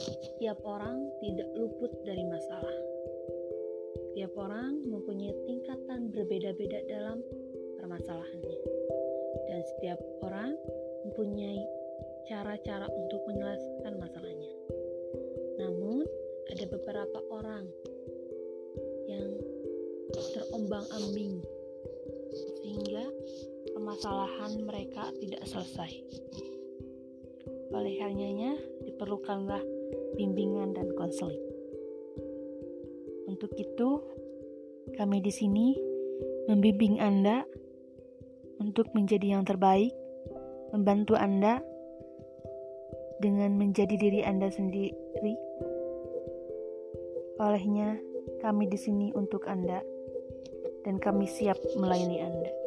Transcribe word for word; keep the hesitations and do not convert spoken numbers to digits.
Setiap orang tidak luput dari masalah. Setiap orang mempunyai tingkatan berbeda-beda dalam permasalahannya. Dan setiap orang mempunyai cara-cara untuk menyelesaikan masalahnya. Namun, ada beberapa orang yang terombang-ambing sehingga permasalahan mereka tidak selesai. Oleh karenanya, diperlukanlah bimbingan dan konseling. Untuk itu, kami di sini membimbing Anda untuk menjadi yang terbaik, membantu Anda dengan menjadi diri Anda sendiri. Olehnya, kami di sini untuk Anda dan kami siap melayani Anda.